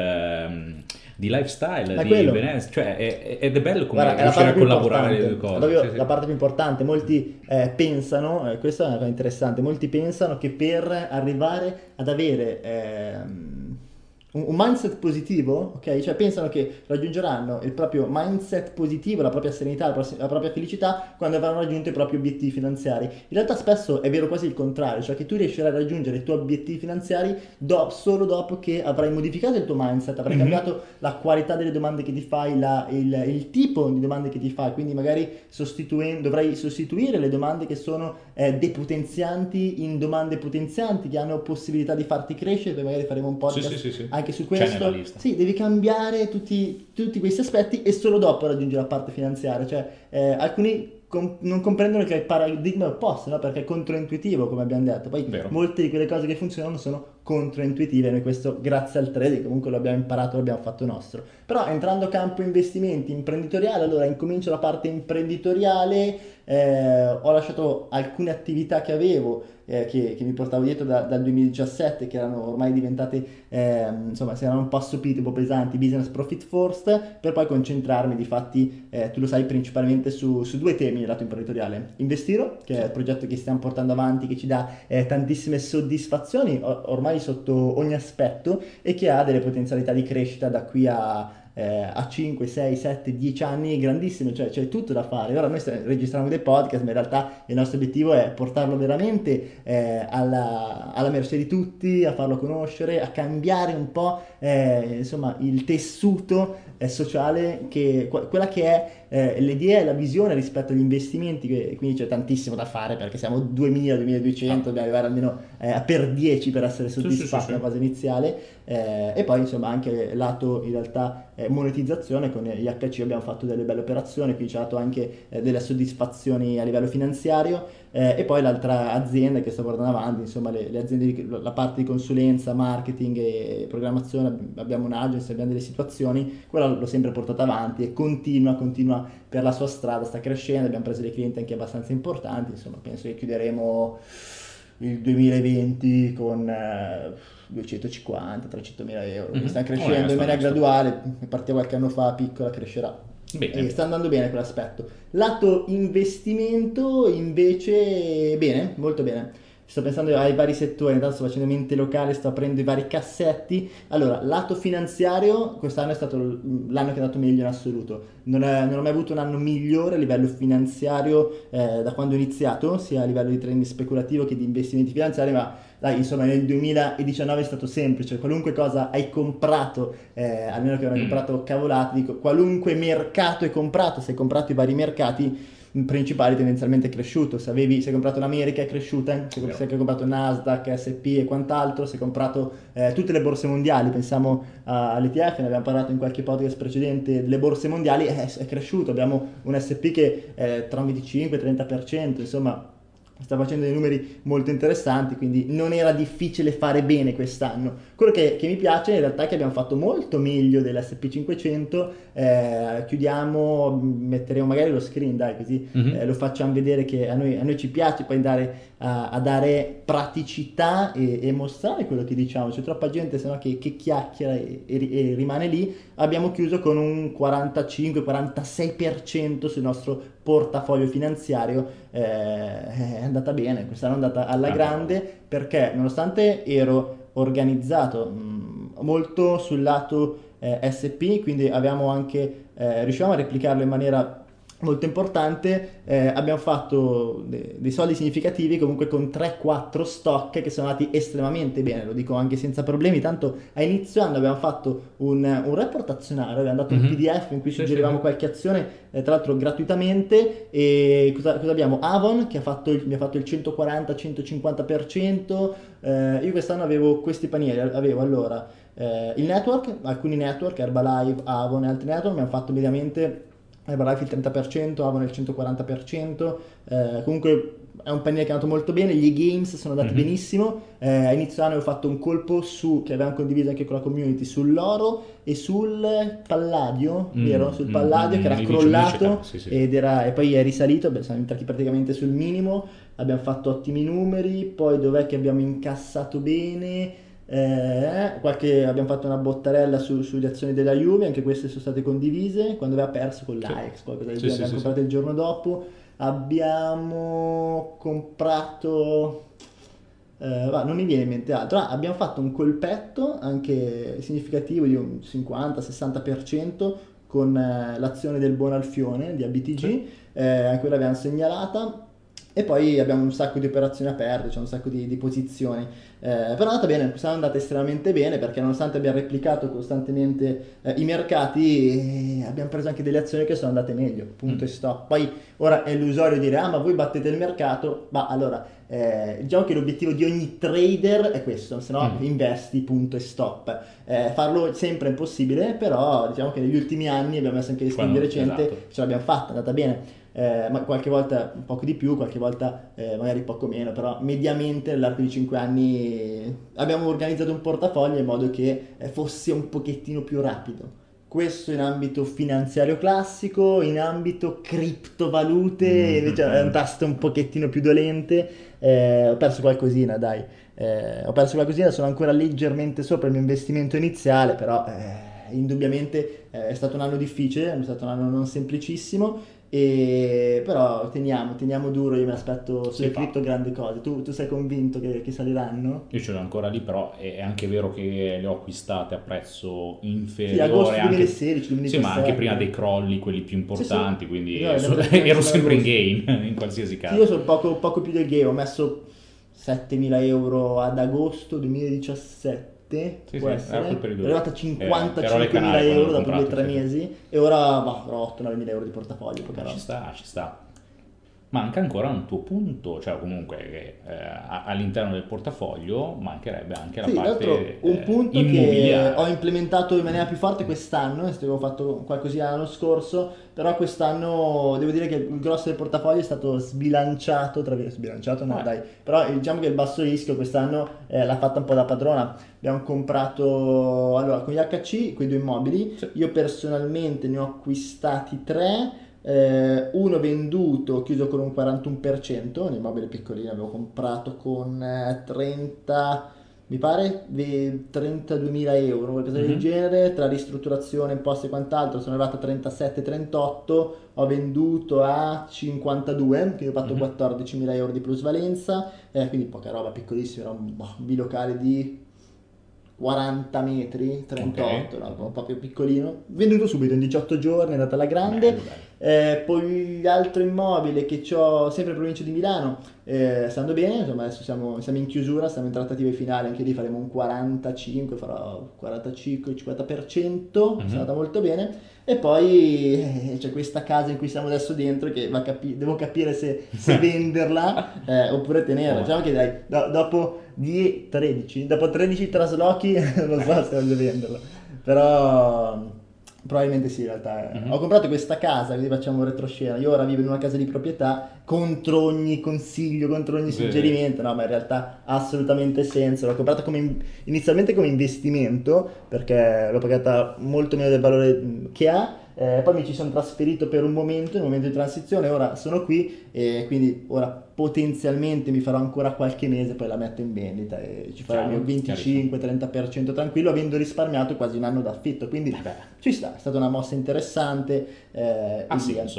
ehm, di lifestyle, ma è di quello. benessere, cioè è- è- ed è bello come Guarda, è la riuscire parte a più collaborare le due importante, è cose. Sì, proprio la sì. parte più importante. Molti eh, pensano, eh, questa è una cosa interessante, molti pensano che per arrivare ad avere ehm, un, un mindset positivo, ok? Cioè pensano che raggiungeranno il proprio mindset positivo, la propria serenità, la, pros- la propria felicità quando avranno raggiunto i propri obiettivi finanziari. In realtà spesso è vero quasi il contrario, cioè che tu riuscirai a raggiungere i tuoi obiettivi finanziari do- solo dopo che avrai modificato il tuo mindset, avrai Mhm. cambiato la qualità delle domande che ti fai, la- il, il tipo di domande che ti fai, quindi magari sostituendo, dovrai sostituire le domande che sono eh, depotenzianti in domande potenzianti che hanno possibilità di farti crescere, poi magari faremo un Sì, sì, podcast sì, sì. anche su C'è nella questo. lista. Sì, devi cambiare tutti, tutti questi aspetti e solo dopo raggiungere la parte finanziaria, cioè eh, alcuni com- non comprendono che è il paradigma è opposto, no? Perché è controintuitivo, come abbiamo detto. Poi Vero? molte di quelle cose che funzionano sono controintuitive, noi questo grazie al trading comunque lo abbiamo imparato, l'abbiamo fatto nostro. Però entrando a campo investimenti imprenditoriale, allora incomincio la parte imprenditoriale, eh, ho lasciato alcune attività che avevo, eh, che, che mi portavo dietro da- dal duemiladiciassette, che erano ormai diventate, ehm, insomma, si erano un po' assopite, un po' pesanti, business profit first, per poi concentrarmi, di fatti, eh, tu lo sai, principalmente su, su due temi nel lato imprenditoriale. Investiro, che è Sì. il progetto che stiamo portando avanti, che ci dà eh, tantissime soddisfazioni, o- ormai sotto ogni aspetto, e che ha delle potenzialità di crescita da qui a eh, a cinque, sei, sette, dieci anni grandissime, cioè c'è tutto da fare. Ora noi stiamo registrando dei podcast, ma in realtà il nostro obiettivo è portarlo veramente eh, alla, alla mercé di tutti, a farlo conoscere, a cambiare un po' eh, insomma il tessuto eh, sociale, che, que- quella che è eh, l'idea e la visione rispetto agli investimenti, che, quindi c'è tantissimo da fare perché siamo duemila duemiladuecento, Ah. dobbiamo arrivare almeno eh, a per dieci per essere Sì, sì, sì, soddisfatti sì. nella fase iniziale. Eh, e poi insomma anche lato in realtà eh, monetizzazione, con gli H C abbiamo fatto delle belle operazioni, quindi ci ha dato anche eh, delle soddisfazioni a livello finanziario. Eh, e poi l'altra azienda che sta portando avanti, insomma le, le aziende, di, la parte di consulenza, marketing e programmazione, abbiamo un'agency, abbiamo delle situazioni, quella l'ho sempre portata avanti e continua, continua per la sua strada, sta crescendo, abbiamo preso dei clienti anche abbastanza importanti, insomma penso che chiuderemo il duemilaventi con eh, duecentocinquanta trecento mila euro, quindi sta Mhm. crescendo in Onesto, maniera onesto. graduale, partita qualche anno fa, piccola, crescerà. E Bene. sta andando bene quell'aspetto. Lato investimento invece bene, molto bene. Sto pensando ai vari settori, intanto sto facendo mente locale, sto aprendo i vari cassetti. Allora, lato finanziario, quest'anno è stato l- l'anno che è andato meglio in assoluto. Non, è- non ho mai avuto un anno migliore a livello finanziario eh, da quando ho iniziato, sia a livello di trading speculativo che di investimenti finanziari, ma dai, insomma, nel duemiladiciannove è stato semplice. Qualunque cosa hai comprato, eh, almeno che non hai Mm. comprato cavolate, dico, qualunque mercato hai comprato, se hai comprato i vari mercati principali, tendenzialmente è cresciuto. Se avevi, se hai comprato l'America è cresciuta, se, se Vero. hai comprato Nasdaq, S and P e quant'altro, se hai comprato eh, tutte le borse mondiali, pensiamo a- all'E T F, ne abbiamo parlato in qualche podcast precedente, delle borse mondiali, è, è cresciuto, abbiamo un S and P che è tra un venticinque e trenta per cento, insomma sta facendo dei numeri molto interessanti, quindi non era difficile fare bene quest'anno. Quello che, che mi piace in realtà è che abbiamo fatto molto meglio dell'S P cinquecento, eh, chiudiamo, metteremo magari lo screen, dai, così eh, Mhm. lo facciamo vedere che a noi, a noi ci piace poi andare a, a dare praticità e, e mostrare quello che diciamo. C'è troppa gente sennò che, che chiacchiera e, e- e rimane lì. Abbiamo chiuso con un quarantacinque quarantasei per cento sul nostro portafoglio finanziario, eh, è andata bene, quest'anno è andata alla Tanta roba. grande, perché nonostante ero organizzato mh, molto sul lato eh, S P, quindi avevamo anche, eh, riuscivamo a replicarlo in maniera molto importante, eh, abbiamo fatto de- dei soldi significativi comunque con tre quattro stock che sono andati estremamente bene, lo dico anche senza problemi, tanto a inizio anno abbiamo fatto un, un report azionario, abbiamo dato un Mhm. P D F in cui Sì, sì, suggerivamo sì. qualche azione, eh, tra l'altro gratuitamente, e cosa, cosa abbiamo? Avon che ha fatto il, mi ha fatto il centoquaranta centocinquanta per cento, eh, io quest'anno avevo questi panieri, avevo allora eh, il network, alcuni network, Herbalife, Avon e altri network mi hanno fatto mediamente Herbalife il trenta per cento, Avon il centoquaranta per cento, eh, comunque è un paniere che è andato molto bene, gli games sono andati Mhm. benissimo, eh, a inizio anno avevo fatto un colpo su, che avevamo condiviso anche con la community, sull'oro e sul palladio, vero? Mm, Sul mm, palladio che mm, era mi dice, mi dice crollato tanto, sì, sì. ed era, e poi è risalito, beh, siamo entrati praticamente sul minimo, abbiamo fatto ottimi numeri, poi dov'è che abbiamo incassato bene? Eh, qualche, abbiamo fatto una bottarella su- sulle azioni della Juve, anche queste sono state condivise quando aveva perso con Sì, l'Ajax, qualcosa del sì, genere, sì, abbiamo sì, sì. comprato il giorno dopo. Abbiamo comprato, eh, va, non mi viene in mente altro. Ah, abbiamo fatto un colpetto anche significativo di un cinquanta-sessanta per cento con eh, l'azione del buon Alfione di Sì. A B T G, eh, anche quella l'abbiamo segnalata. E poi abbiamo un sacco di operazioni aperte, c'è un sacco di, di posizioni. Eh, però è andata bene, quest'anno è andata estremamente bene perché nonostante abbiamo replicato costantemente eh, i mercati, eh, abbiamo preso anche delle azioni che sono andate meglio, punto Mm. e stop. Poi ora è illusorio dire, ah ma voi battete il mercato, ma allora, eh, diciamo che l'obiettivo di ogni trader è questo, se no Mm. investi, punto e stop. Eh, farlo sempre è impossibile, però diciamo che negli ultimi anni abbiamo messo anche dei studi Quando, recente, esatto. ce l'abbiamo fatta, è andata bene. Eh, ma qualche volta un poco di più, qualche volta eh, magari poco meno, però mediamente nell'arco di cinque anni abbiamo organizzato un portafoglio in modo che eh, fosse un pochettino più rapido. Questo in ambito finanziario classico, in ambito criptovalute invece è un Mhm. tasto un pochettino più dolente, eh, ho perso qualcosina dai, eh, ho perso qualcosina, sono ancora leggermente sopra il mio investimento iniziale, però eh, indubbiamente eh, è stato un anno difficile, è stato un anno non semplicissimo, e però teniamo, teniamo duro, io mi aspetto Si sulle fa. cripto grandi cose. Tu, tu sei convinto che, che saliranno? Io ce l'ho ancora lì, però è è anche vero che le ho acquistate a prezzo Sì, inferiore, agosto anche, duemilasedici, sì, ma anche prima dei duemiladiciassette. crolli, quelli più Sì, sì, importanti, mi quindi ricordo, abbiamo so- detto anche ero insieme ad sempre in agosto. gain in qualsiasi Sì, io caso. sono poco, poco più del game, ho messo settemila euro ad agosto duemiladiciassette, Sì, può sì, era quel essere, periodo è lì. arrivata a Eh, ero alle cinquantacinquemila Canarie quando l'ho euro dopo due o comprato, tre sì, sì. mesi e ora boh, avrò otto nove mila euro di portafoglio, poca Ma ci roba. sta, ci sta. Manca ancora un tuo punto, cioè comunque che, eh, a- all'interno del portafoglio mancherebbe anche la Sì, tra l'altro parte un eh, punto che ho immobiliare. implementato in maniera più forte quest'anno, e avevo fatto qualcosina l'anno scorso, però quest'anno devo dire che il grosso del portafoglio è stato sbilanciato, tra virgolette, sbilanciato no Vabbè, dai, però eh, diciamo che il basso rischio quest'anno eh, l'ha fatta un po' da padrona. Abbiamo comprato, allora, con gli H C, quei due immobili, sì. io personalmente ne ho acquistati tre, eh, uno venduto, chiuso con un quarantuno per cento, un immobile piccolino, avevo comprato con eh, trenta, mi pare, ve- trentaduemila euro, qualcosa del Mhm. genere, tra ristrutturazione, imposte e quant'altro, sono arrivato a trentasette trentotto, ho venduto a cinquantadue, quindi ho fatto Mhm. quattordicimila euro di plusvalenza, eh, quindi poca roba, piccolissima, era un boh, bilocale di quaranta metri, Ok. trentotto, no, Mhm. proprio piccolino. Venduto subito in diciotto giorni, è andata alla grande. Bello, bello. Eh, poi l'altro immobile che ho sempre in provincia di Milano, eh, sta andando bene, insomma adesso siamo, siamo in chiusura, stiamo in trattative finali, anche lì faremo un quarantacinque, farò quarantacinque cinquanta per cento, sta Mhm. andata molto bene. E poi eh, c'è questa casa in cui siamo adesso dentro che va capi- devo capire se, se venderla eh, oppure tenerla. Come? Diciamo che dai, do- dopo die- tredici, dopo tredici traslochi non so se voglio venderla, però probabilmente sì in realtà. eh. Ho Mhm. comprato questa casa, quindi facciamo un retroscena. Io ora vivo in una casa di proprietà contro ogni consiglio, contro ogni Sì, sì. suggerimento, no, ma in realtà ha assolutamente senso. L'ho comprata come in- inizialmente come investimento perché l'ho pagata molto meno del valore mh, che ha. Eh, poi mi ci sono trasferito per un momento, in un momento di transizione, ora sono qui e quindi ora potenzialmente mi farò ancora qualche mese, poi la metto in vendita e ci farò il mio Chiaro, chiarissimo. venticinque trenta per cento tranquillo, avendo risparmiato quasi un anno d'affitto, Eh quindi beh, ci sta, è stata una mossa interessante eh, ha e via. senso.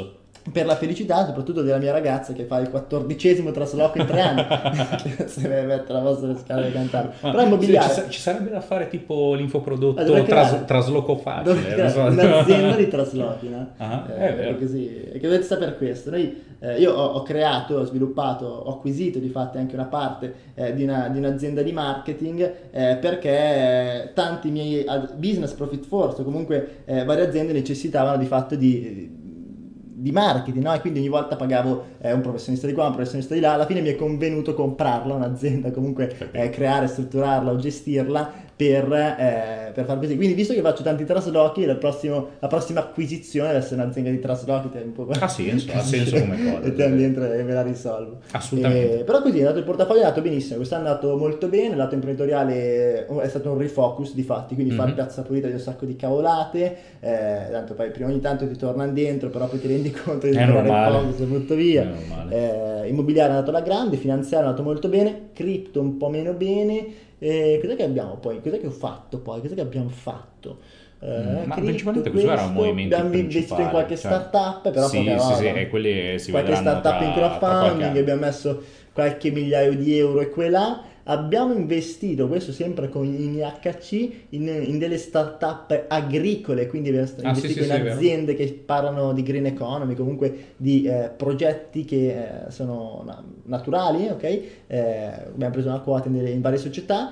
per la felicità soprattutto della mia ragazza che fa il quattordicesimo trasloco in tre anni. Se deve mettere la vostra scala di cantare. Ma Però immobiliare. sì, ci, sa- ci sarebbe da fare tipo l'infoprodotto Allora, tras- creare- trasloco Dovrei facile. creare non so. un'azienda di traslochi, no? Ah, Eh, è vero. così, e che dovete sapere questo. Noi, eh, io ho, ho creato, ho sviluppato, ho acquisito di fatto anche una parte eh, di, una- di un'azienda di marketing eh, perché tanti miei ad- business profit force o comunque eh, varie aziende necessitavano di fatto di di marketing, no? E quindi ogni volta pagavo eh, un professionista di qua, un professionista di là, alla fine mi è convenuto comprarla, un'azienda, comunque eh, creare, strutturarla o gestirla per, eh, per far così. Quindi visto che faccio tanti traslochi, il prossimo- la prossima acquisizione deve essere un'azienda di traslochi, te un po'... Ha senso, ha senso come cosa, E te sì. dentro e me la risolvo. Assolutamente. Eh, però così è andato il portafoglio, è andato benissimo, quest'anno è andato molto bene, il lato imprenditoriale è stato un refocus di fatti, quindi fare Mhm. piazza pulita di un sacco di cavolate, eh, tanto poi prima ogni tanto ti tornano dentro, però poi ti rendi conto di È trovare normale. poco, si butto via. È normale. Eh, immobiliare è andato alla grande, finanziario è andato molto bene, cripto un po' meno bene. Eh, cos'è che abbiamo poi? Cos'è che ho fatto poi? Cos'è che abbiamo fatto? Eh, Mm, ma cripto, principalmente questo era un questo, movimento abbiamo investito in principale, qualche cioè- startup, però sì, poca sì, sì, roba. e quelli si Qualche vedranno startup tra- in tra qualche crowdfunding, anno. abbiamo messo qualche migliaio di euro e quella. Abbiamo investito, questo sempre con in I H C, in, in delle startup agricole, quindi abbiamo Ah, sì, investito sì, in sì, è vero. aziende che parlano di green economy, comunque di eh, progetti che eh, sono na- naturali, ok? Eh, abbiamo preso una quota in, delle- in varie società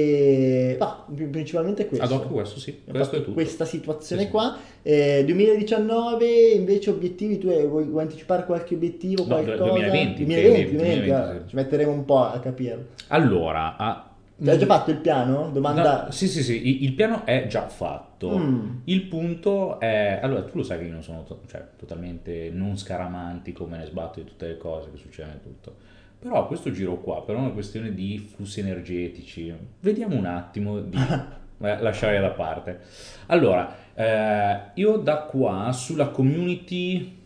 e bah, principalmente questo. Ad hoc questo sì, Abbiamo questo è fatto tutto. questa situazione Sì, sì. qua. Eh, duemiladiciannove invece obiettivi, tu hai- vuoi, vuoi anticipare qualche obiettivo, No, qualcosa? duemilaventi, duemilaventi, intendi, duemilaventi, duemilaventi, ah, sì. ci metteremo un po' a capirlo. Allora, ah, Cioè, hai già mm, fatto il piano? Domanda... no, sì, sì, sì, il, il piano è già fatto. Mm. Il punto è, allora tu lo sai che io non sono to- cioè, totalmente non scaramantico, me ne sbatto di tutte le cose che succedono e tutto. Però questo giro qua, per una questione di flussi energetici, vediamo un attimo di eh, lasciare da parte. Allora, eh, io da qua sulla community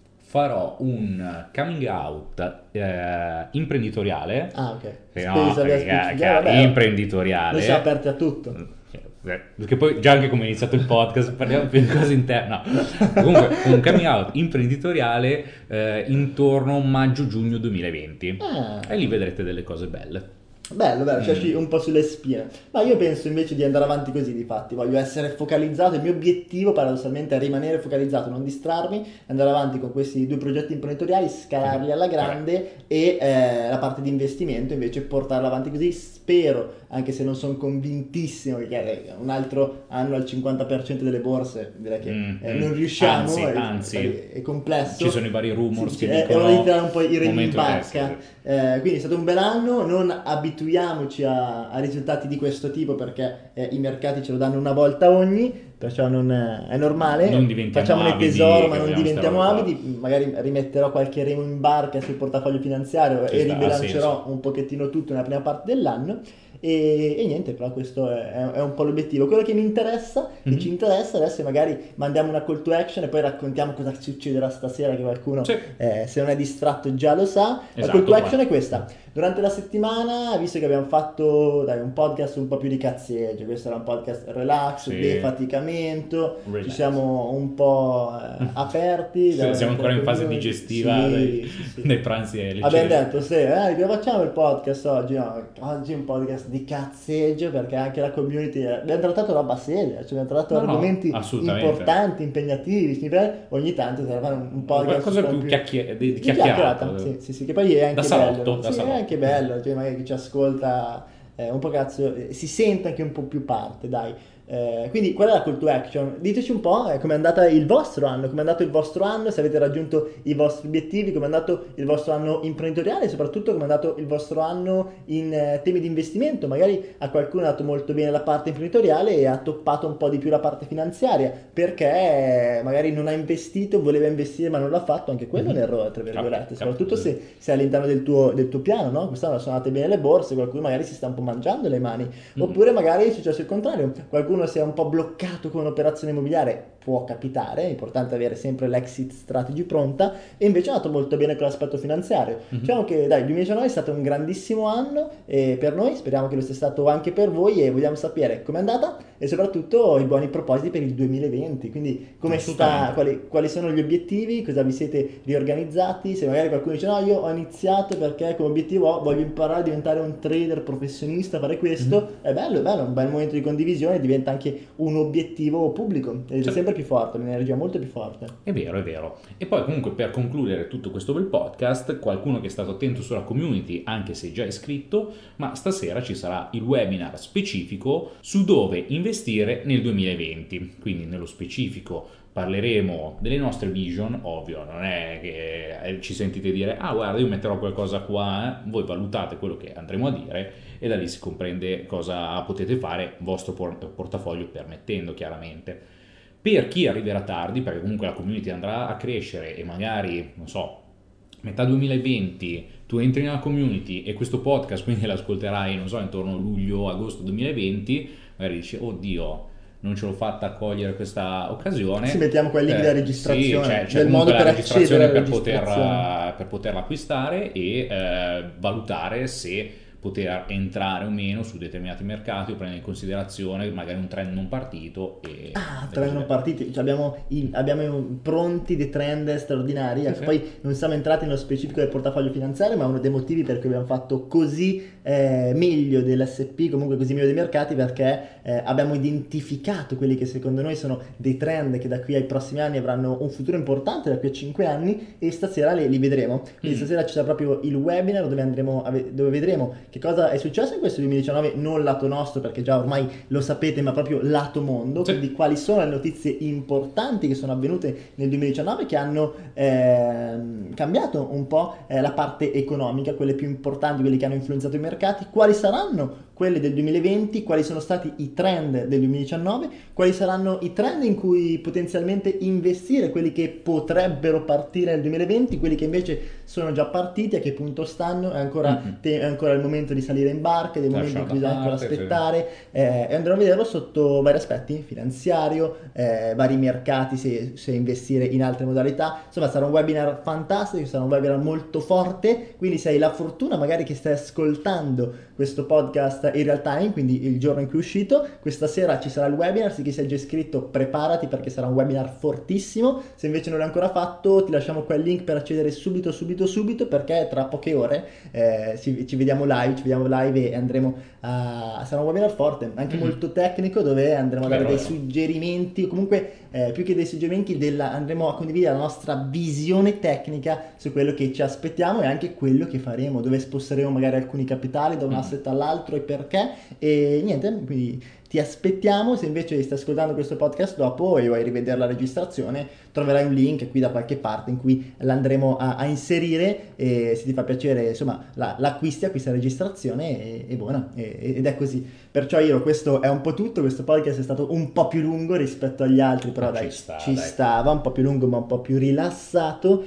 farò un coming out eh, imprenditoriale. Ah, ok. Eh, Spesa no, via eh, specifica, chiaro, vabbè. imprenditoriale. Noi siamo aperti a tutto. Eh, Perché poi già anche come è iniziato il podcast parliamo più di cose interne. No. Comunque un coming out imprenditoriale eh, intorno maggio-giugno duemilaventi. Ah. E lì vedrete delle cose belle. Bello, bello, cioè Mm. un po' sulle spine. Ma io penso invece di andare avanti così, difatti, voglio essere focalizzato, il mio obiettivo paradossalmente è rimanere focalizzato, non distrarmi, andare avanti con questi due progetti imprenditoriali, scalarli alla grande e eh, la parte di investimento invece portarla avanti così, spero, anche se non sono convintissimo, perché eh, un altro anno al cinquanta per cento delle borse, direi che Mm, eh, mm. non riusciamo, Anzi, è, anzi. è- è complesso. Ci sono i vari rumors Sì, che sì, è- dicono è ora di tirare un po' i remi in momento- eh, barca. sì, sì. Eh, quindi è stato un bel anno, non abituiamoci a, a risultati di questo tipo perché eh, i mercati ce lo danno una volta ogni, perciò non è, è normale, Non diventiamo facciamone avidi, tesoro che ma non vogliamo diventiamo sta roba qua. avidi, magari rimetterò qualche remo in barca sul portafoglio finanziario Ci e sta, ha ribilancerò senso. un pochettino tutto nella prima parte dell'anno e, e niente, però questo è, è- è un po' l'obiettivo. Quello che mi interessa, che Mhm. ci interessa adesso è magari mandiamo una call to action e poi raccontiamo cosa succederà stasera che qualcuno Sì. eh, se non è distratto già lo sa. La Esatto, call to action qua. è questa. Durante la settimana, visto che abbiamo fatto dai, un podcast un po' più di cazzeggio, questo era un podcast relax, Sì. defaticamento, Relax. ci siamo un po' eh, aperti. Sì, davanti siamo ancora alla in fase community. digestiva Sì, dei, sì, sì. dei pranzi e Abbiamo leggeri. detto, sì, eh, che facciamo il podcast oggi? No, oggi è un podcast di cazzeggio perché anche la community, abbiamo trattato roba seria, cioè abbiamo trattato No, no, argomenti assolutamente. importanti, impegnativi, sì, beh, ogni tanto serve fare un, un podcast Qualcosa un po' più chiacchier- di- di chiacchierata, chiacchierata. sì, sì, sì, che poi è anche Da salotto, bello, no? da Sì, è salotto. anche bello, cioè magari chi ci ascolta eh, un po' cazzo, eh, si sente anche un po' più parte, dai. Eh, quindi qual è la call to action? Diteci un po' eh, com'è andata il vostro anno, com'è andato il vostro anno, se avete raggiunto i vostri obiettivi, com'è andato il vostro anno imprenditoriale e soprattutto com'è andato il vostro anno in eh, temi di investimento. Magari a qualcuno è andato molto bene la parte imprenditoriale e ha toppato un po' di più la parte finanziaria perché eh, magari non ha investito, voleva investire ma non l'ha fatto, anche quello è un errore tra virgolette, Cap- soprattutto cap- se sei all'interno del tuo, del tuo piano, no? Quest'anno sono andate bene le borse, qualcuno magari si sta un po' mangiando le mani, Mm. oppure magari è successo il contrario, qualcuno si è un po' bloccato con un'operazione immobiliare, può capitare, è importante avere sempre l'exit strategy pronta, e invece è andato molto bene con l'aspetto finanziario. Mm-hmm. Diciamo che dai, il duemiladiciannove è stato un grandissimo anno e per noi, speriamo che lo sia stato anche per voi, e vogliamo sapere com'è andata e soprattutto i buoni propositi per il duemilaventi, quindi come sta, quali, quali sono gli obiettivi, cosa vi siete riorganizzati, se magari qualcuno dice no, io ho iniziato perché come obiettivo ho, voglio imparare a diventare un trader professionista, fare questo, mm-hmm. è bello, è bello, un bel momento di condivisione, diventa anche un obiettivo pubblico ed è cioè, sempre più forte, un'energia molto più forte. È vero, è vero. E poi comunque per concludere tutto questo bel podcast, qualcuno che è stato attento sulla community, anche se già iscritto, ma stasera ci sarà il webinar specifico su dove investire nel duemilaventi, quindi nello specifico parleremo delle nostre vision, ovvio, non è che ci sentite dire ah guarda io metterò qualcosa qua, eh? Voi valutate quello che andremo a dire e da lì si comprende cosa potete fare, vostro portafoglio permettendo chiaramente. Per chi arriverà tardi, perché comunque la community andrà a crescere e magari, non so, metà duemilaventi tu entri nella community e questo podcast quindi l'ascolterai, non so, intorno a luglio-agosto duemilaventi, magari dici oddio, non ce l'ho fatta a cogliere questa occasione. Sì, mettiamo quel link eh, della registrazione, sì, c'è, c'è del modo la per registrazione per, registrazione. Poter, per poterla acquistare e eh, valutare se poter entrare o meno su determinati mercati o prendere in considerazione magari un trend non partito. E ah, trend non partiti, cioè abbiamo, i, abbiamo pronti dei trend straordinari, sì, ecco, sì. Poi non siamo entrati nello specifico del portafoglio finanziario, ma uno dei motivi per cui abbiamo fatto così eh, meglio dell'S and P, comunque così meglio dei mercati, perché eh, abbiamo identificato quelli che secondo noi sono dei trend che da qui ai prossimi anni avranno un futuro importante, da qui a cinque anni, e stasera li, li vedremo. Quindi mm. stasera ci sarà proprio il webinar dove andremo a, dove vedremo che cosa è successo in questo duemiladiciannove, non lato nostro perché già ormai lo sapete, ma proprio lato mondo, sì. Quindi quali sono le notizie importanti che sono avvenute nel duemiladiciannove che hanno eh, cambiato un po' eh, la parte economica, quelle più importanti, quelle che hanno influenzato i mercati, quali saranno quelle del duemilaventi, quali sono stati i trend del duemiladiciannove, quali saranno i trend in cui potenzialmente investire, quelli che potrebbero partire nel duemilaventi, quelli che invece sono già partiti, a che punto stanno, è ancora, mm-hmm. te, è ancora il momento di salire in barca, dei momenti in cui bisogna ancora aspettare, sì. eh, e andremo a vederlo sotto vari aspetti, finanziario, eh, vari mercati, se, se investire in altre modalità. Insomma sarà un webinar fantastico, sarà un webinar molto forte, quindi se hai la fortuna magari che stai ascoltando questo podcast in real time, quindi il giorno in cui è uscito, questa sera ci sarà il webinar, se chi si è già iscritto preparati perché sarà un webinar fortissimo, se invece non l'hai ancora fatto ti lasciamo quel link per accedere subito subito subito perché tra poche ore eh, ci, ci vediamo live, ci vediamo live e andremo a... sarà un webinar forte, anche mm-hmm. molto tecnico, dove andremo a dare dei suggerimenti, o comunque eh, più che dei suggerimenti della... andremo a condividere la nostra visione tecnica su quello che ci aspettiamo e anche quello che faremo, dove sposteremo magari alcuni capitali da un asset all'altro e perché, e niente, quindi ti aspettiamo. Se invece stai ascoltando questo podcast dopo e vuoi rivedere la registrazione, troverai un link qui da qualche parte in cui l'andremo a, a inserire, e se ti fa piacere insomma la, l'acquisti, acquisti la registrazione e, e buona, e, ed è così. Perciò io questo è un po' tutto, questo podcast è stato un po' più lungo rispetto agli altri, però dai, ci, sta, ci dai. stava, un po' più lungo ma un po' più rilassato,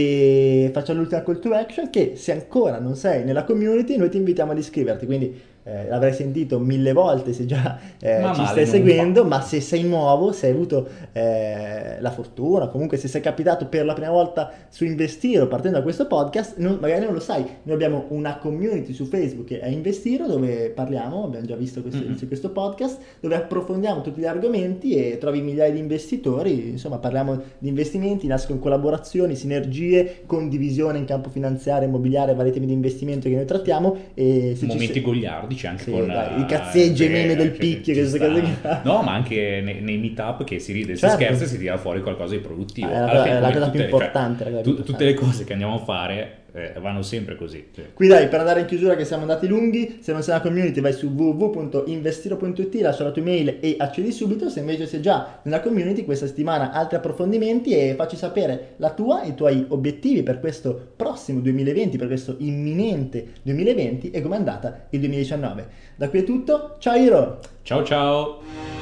e facciamo l'ultima call to action, che se ancora non sei nella community noi ti invitiamo ad iscriverti, quindi Eh, l'avrai sentito mille volte se già eh, ci stai seguendo, fa. Ma se sei nuovo, se hai avuto eh, la fortuna, comunque se sei capitato per la prima volta su Investiro partendo da questo podcast, non, magari non lo sai, noi abbiamo una community su Facebook che è Investiro, dove parliamo, abbiamo già visto questo, mm-hmm. questo podcast, dove approfondiamo tutti gli argomenti e trovi migliaia di investitori, insomma parliamo di investimenti, nascono collaborazioni, sinergie, condivisione in campo finanziario, immobiliare, vari temi di investimento che noi trattiamo, e se momenti ci... goliardici anche sì, con dai, i cazzeggi, i meme del picchio, che che no, ma anche nei, nei meetup che si ride, certo. si scherza e si tira fuori qualcosa di produttivo. Ah, è la, è la cosa più importante, cioè, la cosa tu, più tutte le cose che andiamo a fare eh, vanno sempre così. Cioè. Qui dai, per andare in chiusura che siamo andati lunghi, se non sei nella community vai su w w w punto investiro punto i t, lascia la tua email e accedi subito. Se invece sei già nella community, questa settimana altri approfondimenti, e facci sapere la tua, i tuoi obiettivi per questo prossimo duemilaventi, per questo imminente duemilaventi, e com'è andata il duemiladiciannove. Da qui è tutto, ciao Iro! Ciao ciao!